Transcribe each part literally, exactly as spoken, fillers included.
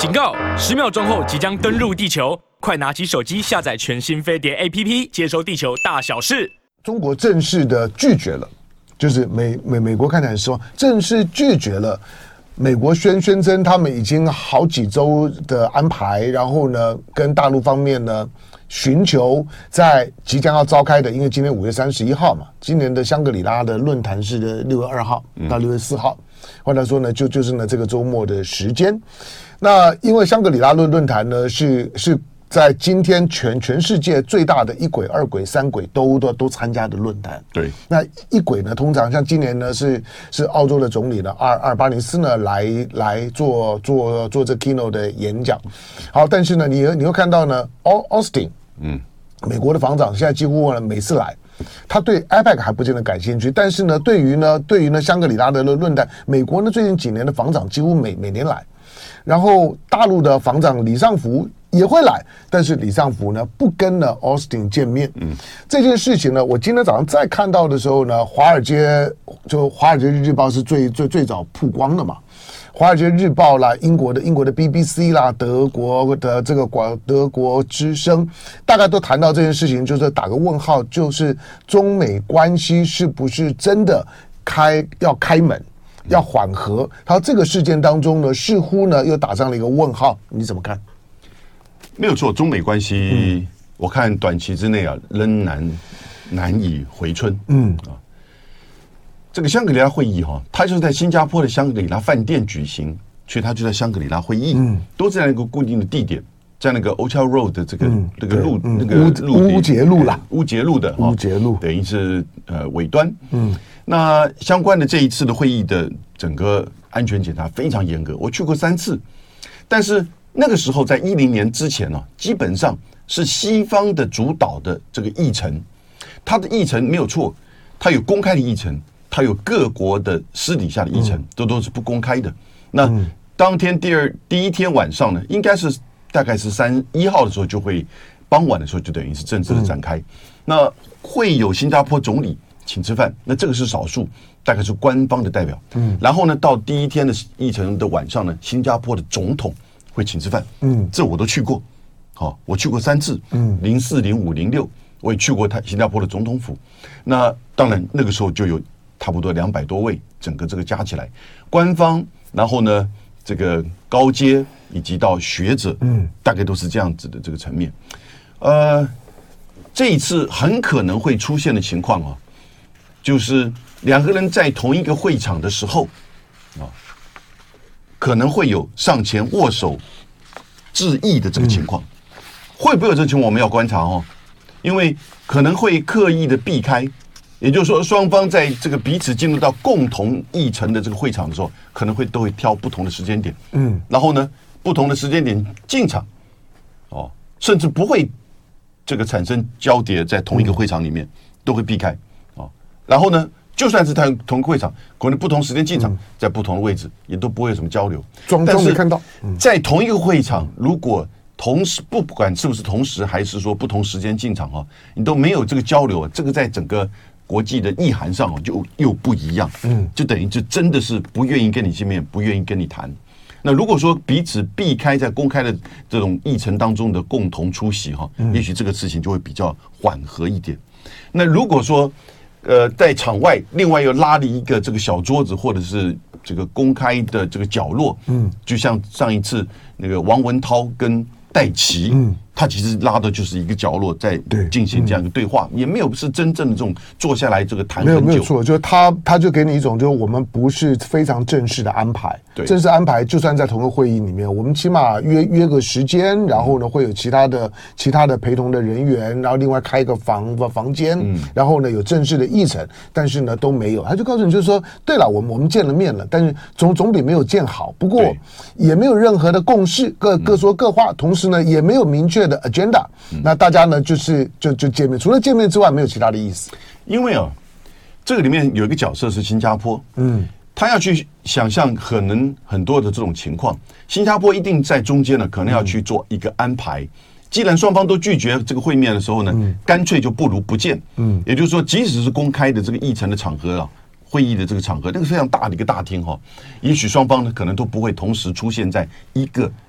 警告！十秒钟后即将登陆地球，快拿起手机下载全新飞碟 A P P， 接收地球大小事。 中国正式的拒绝了，就是美美美国看起来很失望，正式拒绝了美国宣宣称他们已经好几周的安排，然后呢，跟大陆方面呢寻求在即将要召开的，因为今天五月三十一号嘛，今年的香格里拉的论坛是的六月二号到六月四号，或者说呢，就就是呢这个周末的时间。那因为香格里拉论论坛呢是是在今天全全世界最大的一轨、二轨、三轨都都都参加的论坛。 对， 那一轨呢，通常像今年呢是是澳洲的总理呢阿尔巴尼斯呢来来做做做这 keynote 的演讲。好，但是呢，你你会看到呢 ，Austin， 嗯，美国的防长现在几乎呢每次来。他对 A P E C 还不见得感兴趣，但是呢，对于呢，对于呢香格里拉的论坛，美国呢最近几年的防长几乎每每年来，然后大陆的防长李尚福也会来，但是李尚福呢不跟呢 Austin 见面。嗯，这件事情呢，我今天早上再看到的时候呢，华尔街就华尔街日报是最最最早曝光的嘛。华尔街日报啦，英国的英国的 B B C 啦，德国的这个广德国之声，大概都谈到这件事情，就是打个问号，就是中美关系是不是真的开要开门，要缓和？他说这个事件当中呢，似乎呢又打上了一个问号，你怎么看？ 没有错，中美关系，嗯、我看短期之内啊，仍难难以回春。嗯啊。这个香格里拉会议哈，它就是在新加坡的香格里拉饭店举行，所以它就在香格里拉会议，嗯，都在那个固定的地点，在那个 Orchard Road 的这个、嗯、这个路、嗯、那个路乌节路啦， 乌节路的乌节路， 等于是呃尾端，嗯，那相关的这一次的会议的整个安全检查非常严格，我去过三次，但是那个时候在一零年之前呢、啊，基本上是西方的主导的这个议程，它的议程没有错，它有公开的议程。它有各国的私底下的议程，都都是不公开的。那当天第二第一天晚上呢，应该是大概是三一号的时候就会，傍晚的时候就等于是正式的展开。那会有新加坡总理请吃饭，那这个是少数，大概是官方的代表。嗯，然后呢，到第一天的议程的晚上呢，新加坡的总统会请吃饭。嗯，这我都去过，好、哦，我去过三次。嗯，零四、零五、零六，我也去过他新加坡的总统府。那当然那个时候就有。差不多两百多位，整个这个加起来，官方，然后呢，这个高阶以及到学者，嗯，大概都是这样子的这个层面。呃，这一次很可能会出现的情况啊，就是两个人在同一个会场的时候，啊，可能会有上前握手致意的这个情况，嗯、会不会有这个情况？我们要观察哦，因为可能会刻意的避开。也就是说，双方在这个彼此进入到共同议程的这个会场的时候，可能会都会挑不同的时间点，嗯，然后呢，不同的时间点进场，哦，甚至不会这个产生交叠在同一个会场里面，嗯、都会避开，哦，然后呢，就算是在同一个会场，可能不同时间进场，嗯、在不同的位置，也都不会有什么交流。 装装没看到， 嗯、在同一个会场，如果同时不管是不是同时，还是说不同时间进场哈，你都没有这个交流，这个在整个国际的意涵上就又不一样，嗯，就等于就真的是不愿意跟你见面，不愿意跟你谈。那如果说彼此避开在公开的这种议程当中的共同出席哈，嗯、也许这个事情就会比较缓和一点。那如果说呃在场外另外又拉了一个这个小桌子或者是这个公开的这个角落，嗯，就像上一次那个王文涛跟戴琪，嗯。他其实拉的就是一个角落，在进行这样一个对话，嗯、也没有是真正的这种坐下来这个谈很久。 没有没有错，就是他他就给你一种，就是我们不是非常正式的安排。 对， 正式安排就算在同个会议里面，我们起码约约个时间，然后呢会有其他的其他的陪同的人员，然后另外开一个房房间，嗯、然后呢有正式的议程，但是呢都没有。他就告诉你，就是说，对了，我们我们见了面了，但是总总比没有见好。不过也没有任何的共识，各各说各话，同时呢也没有明确的 agenda，嗯、那大家呢就是就就见面，除了见面之外没有其他的意思。 因为啊，这个里面有一个角色是新加坡，嗯，他要去想象可能很多的这种情况，新加坡一定在中间呢，可能要去做一个安排。嗯、既然双方都拒绝这个会面的时候呢，嗯、干脆就不如不见。嗯，也就是说，即使是公开的这个议程的场合啊。会议的这个场合，那个非常大的一个大厅哈，也许双方呢可能都不会同时出现在一个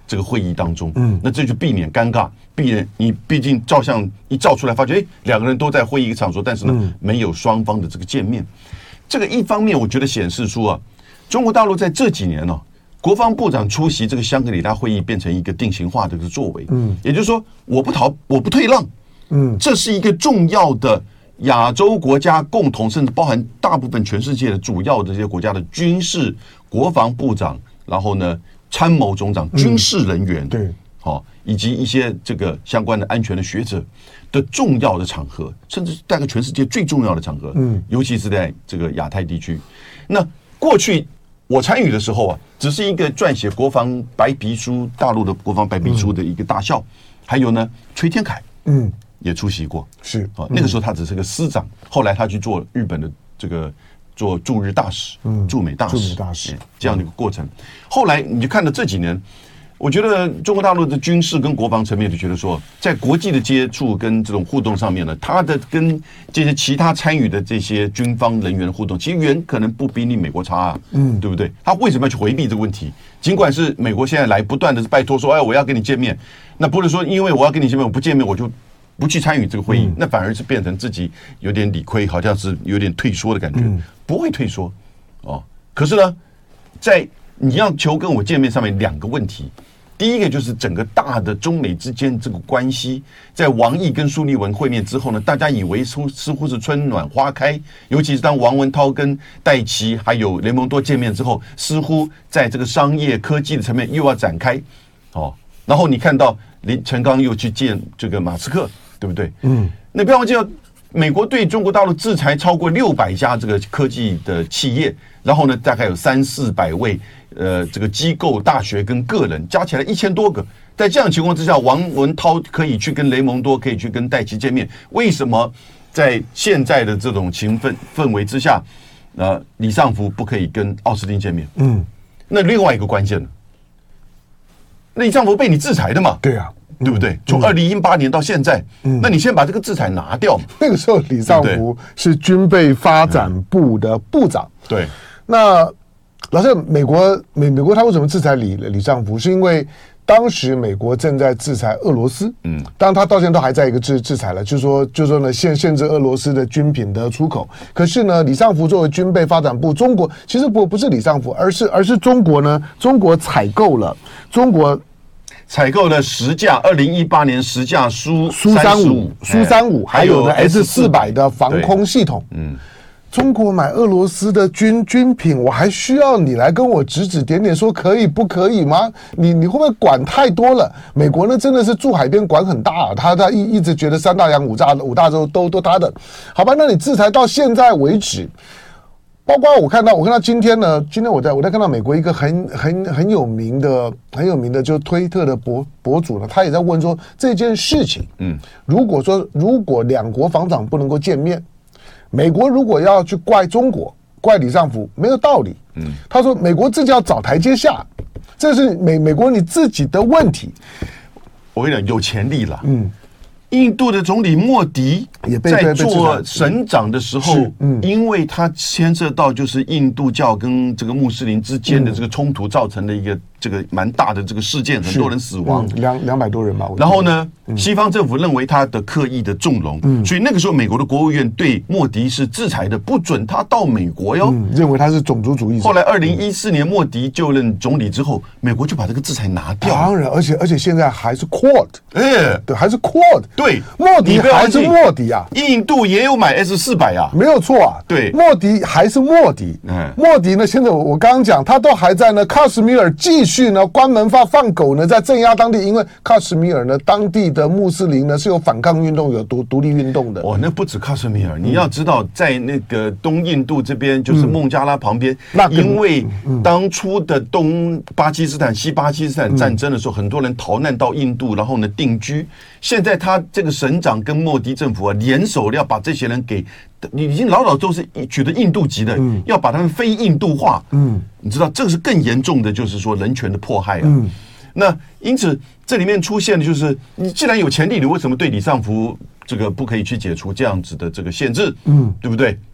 这个会议当中，嗯，那这就避免尴尬，避免你毕竟照相一照出来，发觉哎，两个人都在会议场所，但是呢，嗯、没有双方的这个见面。这个一方面，我觉得显示出啊，中国大陆在这几年呢、啊，国防部长出席这个香格里拉会议变成一个定型化的一个作为，嗯，也就是说，我不逃，我不退让，嗯，这是一个重要的亚洲国家共同，甚至包含大部分全世界的主要的这些国家的军事国防部长，然后呢，参谋总长、军事人员，嗯、对，好、哦，以及一些这个相关的安全的学者的重要的场合，甚至大概全世界最重要的场合，嗯，尤其是在这个亚太地区。那过去我参与的时候啊，只是一个撰写国防白皮书，大陆的国防白皮书的一个大校，嗯、还有呢，崔天凯，嗯，也出席过， 是啊，那个时候他只是个司长，后来他去做日本的这个做驻日大使，嗯，驻美大使，驻美大使这样的一个过程。后来你就看到这几年。我觉得中国大陆的军事跟国防层面就觉得说，在国际的接触跟这种互动上面呢，它的跟这些其他参与的这些军方人员的互动，其实远可能不比你美国差啊，嗯，对不对？他为什么要去回避这个问题？尽管是美国现在来不断的拜托说，哎，我要跟你见面，那不是说因为我要跟你见面，我不见面我就不去参与这个会议，嗯、那反而是变成自己有点理亏，好像是有点退缩的感觉，嗯、不会退缩哦。可是呢，在你要求跟我见面上面两个问题。第一个就是整个大的中美之间这个关系，在王毅跟苏利文会面之后呢，大家以为似乎是春暖花开，尤其是当王文涛跟戴琪还有雷蒙多见面之后，似乎在这个商业科技的层面又要展开，哦，然后你看到林陈刚又去见这个马斯克，对不对？嗯，那不要忘记了，美国对中国大陆制裁超过六百家这个科技的企业，然后呢，大概有三四百位。呃，这个机构、大学跟个人加起来一千多个，在这样的情况之下，王文涛可以去跟雷蒙多，可以去跟戴琪见面。为什么在现在的这种情氛氛围之下，呃，李尚福不可以跟奥斯汀见面？嗯，那另外一个关键呢？李尚福被你制裁的嘛？ 对啊， 对不对？从二零一八年到现在，嗯，那你先把这个制裁拿掉嘛。 那个时候，李尚福是军备发展部的部长。 嗯、对， 那。老师，美国美美国他为什么制裁李李尚福？是因为当时美国正在制裁俄罗斯，嗯，当然他到现在都还在一个制制裁了，就是说就是说呢限限制俄罗斯的军品的出口。可是呢，李尚福作为军备发展部，中国其实不不是李尚福，而是而是中国呢，中国采购了中国采购了十架二零一八年十架苏苏三五苏三五，还有呢 S 四百的防空系统，嗯。中国买俄罗斯的军军品，我还需要你来跟我指指点点说可以不可以吗？你你会不会管太多了？美国呢真的是住海边管很大、啊，他他一一直觉得三大洋五大五大洲都都他的，好吧？那你制裁到现在为止，包括我看到我看到今天呢，今天我在我在看到美国一个很很很有名的很有名的就推特的博博主呢，他也在问说这件事情，嗯，如果说如果两国防长不能够见面。美国如果要去怪中国、怪李尚福，没有道理。嗯，他说美国自己要找台阶下，这是美美国你自己的问题。 我跟你讲，有潜力了。嗯，印度的总理莫迪也在做省长的时候，嗯，因为他牵涉到就是印度教跟这个穆斯林之间的这个冲突，造成的一个这个蛮大的这个事件，很多人死亡， 两两百多人吧。 然后呢？西方政府认为他的刻意的纵容，嗯、所以那个时候美国的国务院对莫迪是制裁的，不准他到美国哟， 嗯、认为他是种族主义者。 后来二零一四年莫迪就任总理之后，美国就把这个制裁拿掉。 当然，而且而且现在还是 Quad， 哎， 对，还是 Quad， 对， 莫迪还是莫迪啊， 印度也有买 S 四百啊， 没有错啊， 对， 莫迪还是莫迪，嗯，莫迪呢，现在我我刚刚讲，他都还在呢，喀什米尔继续呢关门放放狗呢，在镇压当地，因为喀什米尔呢当地的穆斯林呢。是有反抗运动，有独独立运动的。 哦，那不止喀什米尔，你要知道，在那个东印度这边，就是孟加拉旁边，嗯、因为当初的东巴基斯坦、西巴基斯坦战争的时候，嗯、很多人逃难到印度，然后呢定居。现在他这个省长跟莫迪政府啊联手，要把这些人给，已经老老都是取得印度籍的，嗯、要把他们非印度化。嗯，你知道这个是更严重的，就是说人权的迫害啊。嗯，那因此。这里面出现的就是，你既然有潜力，你为什么对李尚福这个不可以去解除这样子的这个限制？嗯，对不对？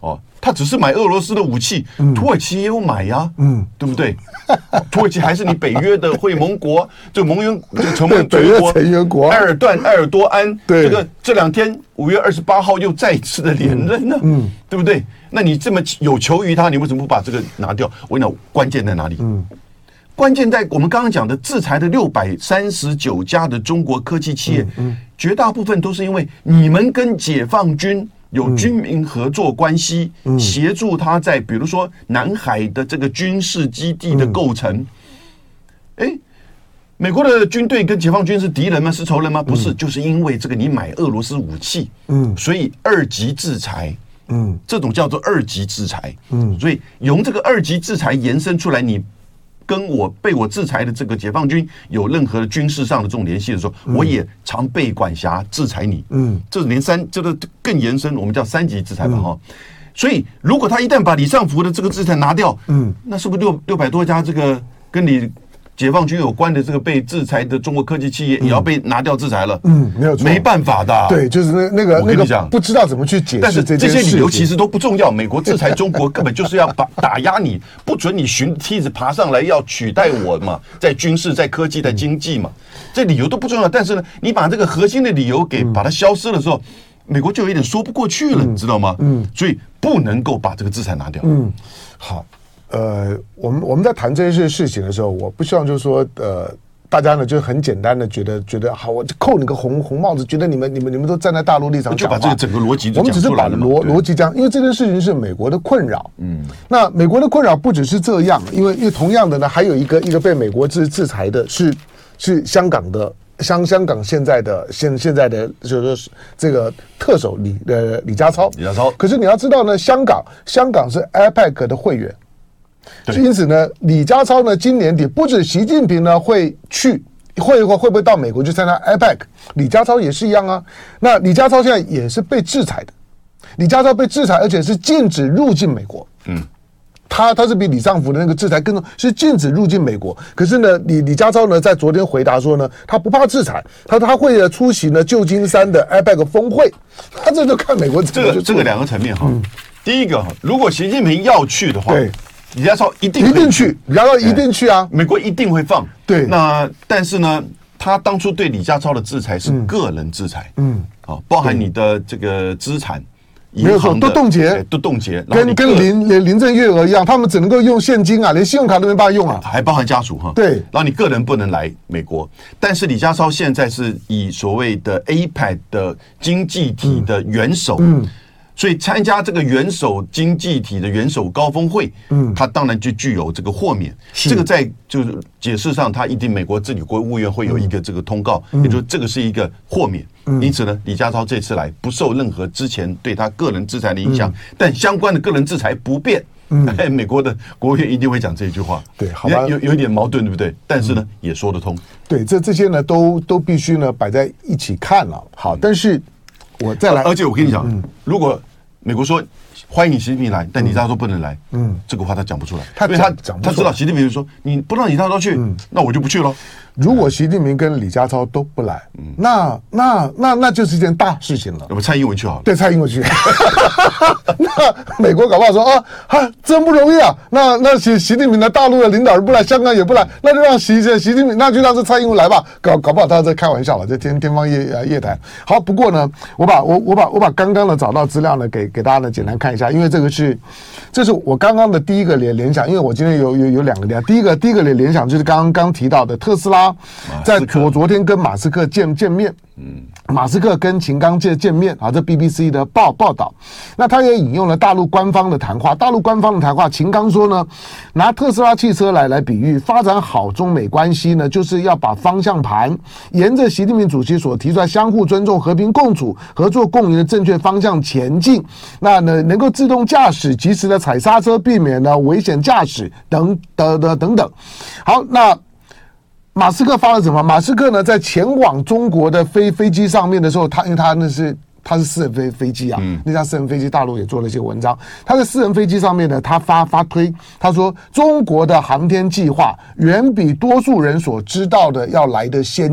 哦，他只是买俄罗斯的武器，嗯、土耳其也有买呀，嗯，对不对？土耳其还是你北约的会盟国，这个盟员这个成员北约成员国， 埃尔段、埃尔多安， 对， 这个这两天五月二十八号又再一次的连任呢，嗯，对不对？那你这么有求于他，你为什么不把这个拿掉？我跟你讲，关键在哪里？嗯，关键在我们刚刚讲的制裁的六百三十九家的中国科技企业，嗯嗯、绝大部分都是因为你们跟解放军有军民合作关系，嗯、协助他在比如说南海的这个军事基地的构成。哎、嗯，美国的军队跟解放军是敌人吗？是仇人吗？不是，嗯、就是因为这个你买俄罗斯武器，嗯，所以二级制裁，嗯，这种叫做二级制裁，嗯，所以用这个二级制裁延伸出来，你跟我被我制裁的这个解放军有任何军事上的这种联系的时候，嗯、我也常被管辖制裁你。嗯，这连三这个更延伸，我们叫三级制裁吧哈。嗯、所以如果他一旦把李尚福的这个制裁拿掉，嗯，那是不是六六百多家这个跟你解放军有关的这个被制裁的中国科技企业也要被拿掉制裁了？嗯，没有错，没办法的。 对，就是那那个那个不知道怎么去解释， 但是这些理由其实都不重要。美国制裁中国根本就是要把打压你，不准你寻梯子爬上来，要取代我嘛，在军事、在科技、在经济嘛，这理由都不重要。但是呢，你把这个核心的理由给把它消失的时候，美国就有一点说不过去了，你知道吗？嗯，所以不能够把这个制裁拿掉。 嗯，好。呃，我们我们在谈这些事情的时候，我不希望就是说，呃，大家呢就很简单的觉得觉得好，我就扣你个红红帽子，觉得你们你们你们都站在大陆立场讲话， 就把这个整个逻辑我们只是把逻逻辑讲，因为这件事情是美国的困扰。嗯，那美国的困扰不只是这样，因为因为同样的呢，还有一个一个被美国制制裁的是是香港的。香香港现在的现现在的就是这个特首李呃李家超， 李家超。 可是你要知道呢，香港香港是 A P E C 的会员。因此呢，李家超呢，今年底不止习近平呢会去，会会会不会到美国去参加 A P E C？ 李家超也是一样啊。那李家超现在也是被制裁的，李家超被制裁，而且是禁止入境美国。嗯，他他是比李尚福的那个制裁更重，是禁止入境美国。可是呢，李李家超呢在昨天回答说呢，他不怕制裁，他他会出席呢旧金山的 A P E C 峰会。他这就看美国这个这个两个层面哈。嗯、第一个，如果习近平要去的话，对。李家超一定一定去，李家超一定去啊！ 美国一定会放。 对， 那但是呢，他当初对李家超的制裁是个人制裁，嗯，好，包含你的这个资产， 没有错，都冻结， 都冻结， 跟跟林林林郑月娥一样，他们只能够用现金啊，连信用卡都没办法用啊， 还包含家属哈。 对， 然后你个人不能来美国，但是李家超现在是以所谓的 A P E C 的经济体的元首，嗯。所以参加这个元首经济体的元首高峰会，嗯，他当然就具有这个豁免。这个在就是解释上，他一定美国自己国务院会有一个这个通告，嗯、也就是这个是一个豁免。嗯、因此呢，李家超这次来不受任何之前对他个人制裁的影响，嗯、但相关的个人制裁不变。嗯，哎，美国的国务院一定会讲这一句话。 对，好吧， 有有一点矛盾，对不对？但是呢，嗯、也说得通。 对，这这些呢，都都必须呢摆在一起看了。好，但是。我再来， 而且我跟你讲，嗯、如果美国说欢迎你习近平来，但李家超不能来，嗯，这个话他讲不出来， 他因为他他知道习近平说你不让李家超去，嗯、那我就不去了。 如果习近平跟李家超都不来，嗯、那那那那就是一件大事情了。 我们蔡英文去好了， 对，蔡英文去。那美国搞不好说啊，哈，真不容易啊。那那习习近平的大陆的领导人不来，香港也不来，那就让习习近平，那就让这蔡英文来吧。搞搞不好他在开玩笑了，这天天方夜夜谭。好，不过呢，我把我我把我把刚刚的找到资料呢，给给大家呢简单看一下，因为这个是这是我刚刚的第一个联联想，因为我今天有有有两个联，第一个第一个联联想就是刚刚刚提到的特斯拉。在昨昨天跟马斯克见见面，嗯，马斯克跟秦刚见见面啊，这 B B C 的报报道，那他也引用了大陆官方的谈话，大陆官方的谈话，秦刚说呢，拿特斯拉汽车来来比喻，发展好中美关系呢，就是要把方向盘沿着习近平主席所提出来相互尊重、和平共处、合作共赢的正确方向前进，那呢能够自动驾驶、及时的踩刹车，避免呢危险驾驶等等等等等。好，那。马斯克发了什么？马斯克呢，在前往中国的飞飞机上面的时候，他因为他那是他是私人飞飞机啊，嗯、那架私人飞机大陆也做了一些文章。他在私人飞机上面呢，他发发推，他说中国的航天计划远比多数人所知道的要来的先进。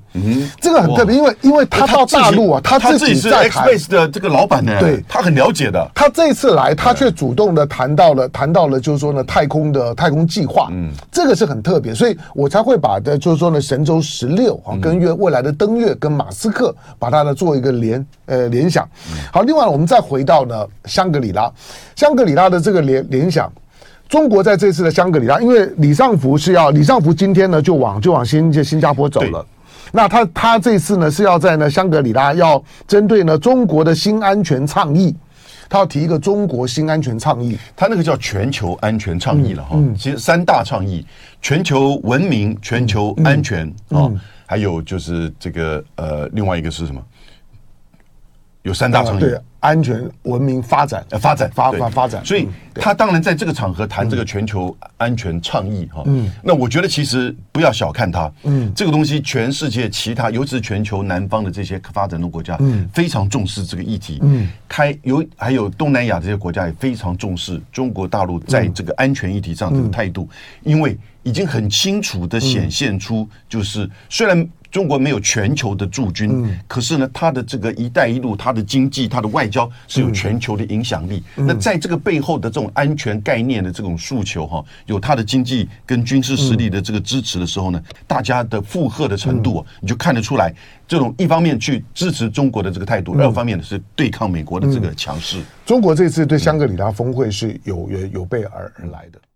嗯，这个很特别，因为因为他到大陆啊， 他自己是在谈 X-Base 的这个老板呢， 对， 他很了解的。 他这一次来，他却主动的谈到了谈到了，就是说呢，太空的太空计划，嗯，这个是很特别，所以我才会把的，就是说呢，神舟十六啊，跟月未来的登月跟马斯克把它呢做一个联呃联想。好，另外我们再回到呢香格里拉，香格里拉的这个联联想。中国在这次的香格里拉，因为李尚福是要李尚福今天呢就往就往新新加坡走了，那他他这次呢是要在呢香格里拉要针对呢中国的新安全倡议，他要提一个中国新安全倡议， 他那个叫全球安全倡议了哈、嗯嗯，其实三大倡议：全球文明、全球安全啊、嗯哦，还有就是这个呃，另外一个是什么？有三大倡议。 呃对安全、文明、发展、 呃发展、 发发发展， 所以他当然在这个场合谈这个全球安全倡议哈，嗯，那我觉得其实不要小看它，嗯，这个东西全世界其他，尤其是全球南方的这些发展中国家，嗯，非常重视这个议题，嗯，开有还有东南亚这些国家也非常重视中国大陆在这个安全议题上这个态度，因为已经很清楚的显现出，就是虽然中国没有全球的驻军，嗯、可是呢，它的这个“一带一路”、它的经济、它的外交是有全球的影响力。嗯、那在这个背后的这种安全概念的这种诉求，哈，有它的经济跟军事实力的这个支持的时候呢，嗯、大家的负荷的程度，你就看得出来，这种一方面去支持中国的这个态度，嗯、二方面呢是对抗美国的这个强势。 中国这次对香格里拉峰会是有有有备而而来的。